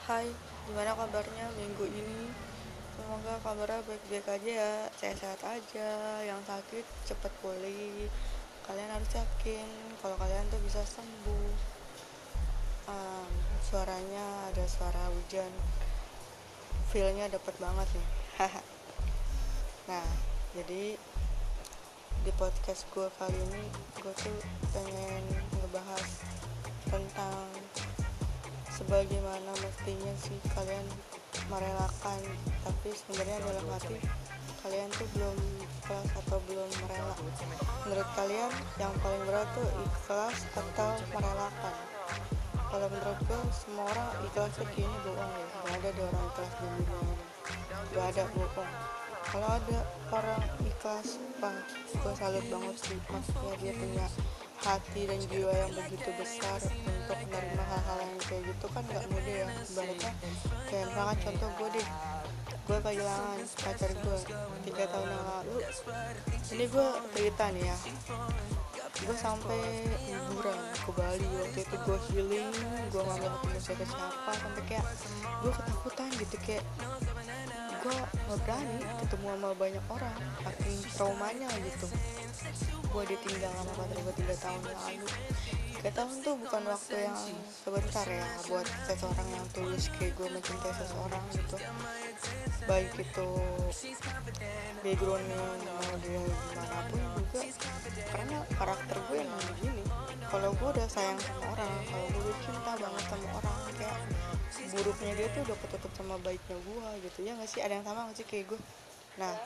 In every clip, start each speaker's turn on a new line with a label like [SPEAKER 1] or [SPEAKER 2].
[SPEAKER 1] Hai, gimana kabarnya minggu ini? Semoga kabarnya baik-baik aja ya, sehat-sehat aja. Yang sakit cepet pulih. Kalian harus yakin kalau kalian tuh bisa sembuh. Um, Suaranya ada suara hujan, feelnya dapet banget nih. Nah, jadi di podcast gue kali ini gue tuh pengen ngebahas tentang sebagaimana mestinya sih kalian merelakan, tapi sebenarnya dalam hati kalian tuh belum ikhlas atau belum merela. Menurut kalian yang paling berat tuh ikhlas atau merelakan? Kalau menurut gue semua orang ikhlas tuh kayaknya bohong ya. Gak ada deh orang ikhlas di dunia ini, gak ada, bohong. Kalau ada orang ikhlas, wah gue salut banget sih. Maksudnya dia punya hati dan jiwa yang begitu besar untuk menerima hal-hal yang kayak gitu kan gak mudah ya. Ibaratnya kayak misalkan contoh gue kehilangan pacar gue 3 tahun yang lalu. Ini gue cerita nih ya, gue sampai liburan ke Bali. Waktu itu gue healing, gue gak mau ketemu siapa-siapa, sampai kayak gue ketakutan gitu, kayak gue gak berani ketemu sama banyak orang, saking traumanya gitu. Gue ditinggal sama pacar gue 3 tahun yang lalu. 3 tahun tuh bukan waktu yang sebentar ya buat seseorang yang tulus kayak gue mencintai seseorang gitu. Baik itu backgroundnya mau dia gimana pun juga, karena karakter gue yang begini. Kalau gue udah sayang sama orang, kalau gue udah cinta banget sama orang, kayak buruknya dia tuh udah ketutup sama baiknya gue gitu ya nggak sih? Ada yang sama nggak sih kayak gue? Nah,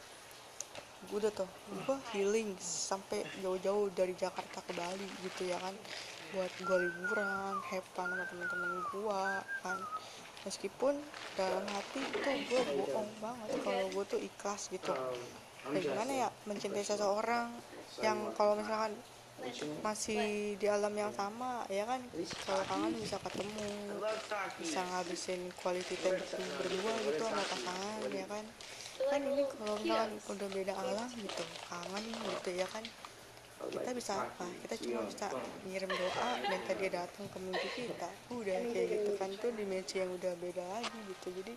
[SPEAKER 1] gue udah tuh gue healing sampai jauh-jauh dari Jakarta ke Bali gitu ya kan, buat gue liburan have fun sama teman-teman gue kan. Meskipun dalam hati tuh gue bohong banget kalau gue tuh ikhlas gitu. Dan gimana ya mencintai seseorang yang kalau misalkan masih di alam yang sama ya kan, kalau kangen bisa ketemu, bisa ngabisin quality time berdua gitu sama pasangan ya kan. Kan ini kalau misalkan udah beda alam gitu, kangen gitu ya kan, kita bisa apa? Kita cuma bisa ngirim doa minta dia datang ke mimpi kita, udah kayak gitu kan. Tuh dimensi yang udah beda lagi gitu. Jadi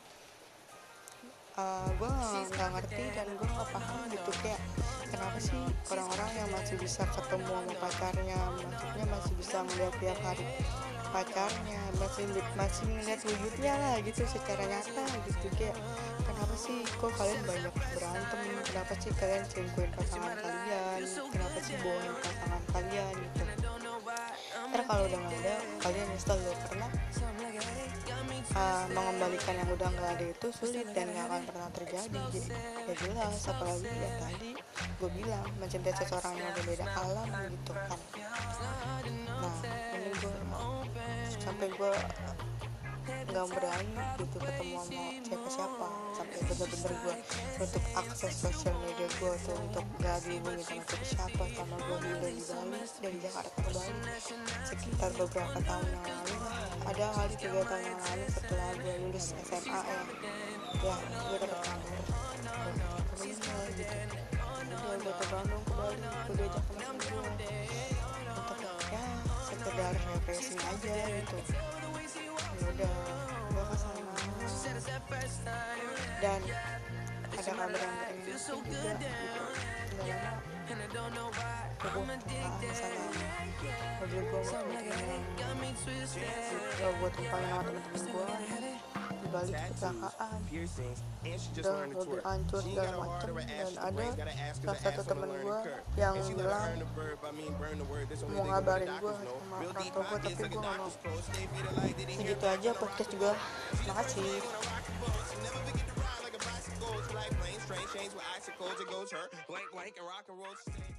[SPEAKER 1] gue nggak ngerti dan gue nggak paham gitu, kayak kenapa sih orang-orang yang masih bisa ketemu sama pacarnya, maksudnya masih bisa melihat tiap hari pacarnya, masih melihat wujudnya lah gitu secara nyata gitu. Kayak kenapa sih kok kalian banyak berantem, kenapa sih kalian selingkuhin pasangan kalian, kenapa sih bohongin pasangan kalian gitu. Ntar kalau udah nggak ada kalian nyesel loh, karena mengembalikan yang udah nggak ada itu sulit dan nggak akan pernah terjadi. Ya jelas, apalagi ya tadi gue bilang mencintai seseorang yang udah beda alam gitu kan. Nah ini gue sampai gue nggak berani gitu ketemu sama siapa-siapa, sampai bener-bener gue untuk akses sosial media gue tuh untuk gak dihubungi sama siapa-siapa sama gue hidup di Bali, dari Jakarta ke Bali sekitar beberapa tahun yang lalu lah. Ada kali 3 tahun yang lalu setelah gue lulus SMA ya gue dapet kabar temennya gitu, udah gue ke Bandung ke Bali, gue diajak sama temen gue untuk ya sekedar refreshing aja gitu. Ya udah gue kesana dan ada kabar yang menyenangkan juga gitu. Gak lama sana mobil gue buat tumpangin sama temen-temen gue di Bali kecelakaan, udah mobil hancur segala macem. Dan ada salah satu temen gue yang bilang mau ngabarin gue sama orang tua gue, tapi gue gak mau. Segitu aja podcast juga, makasih. Like planes, train chains with icicles, it goes hurt. Blank, and rock and roll.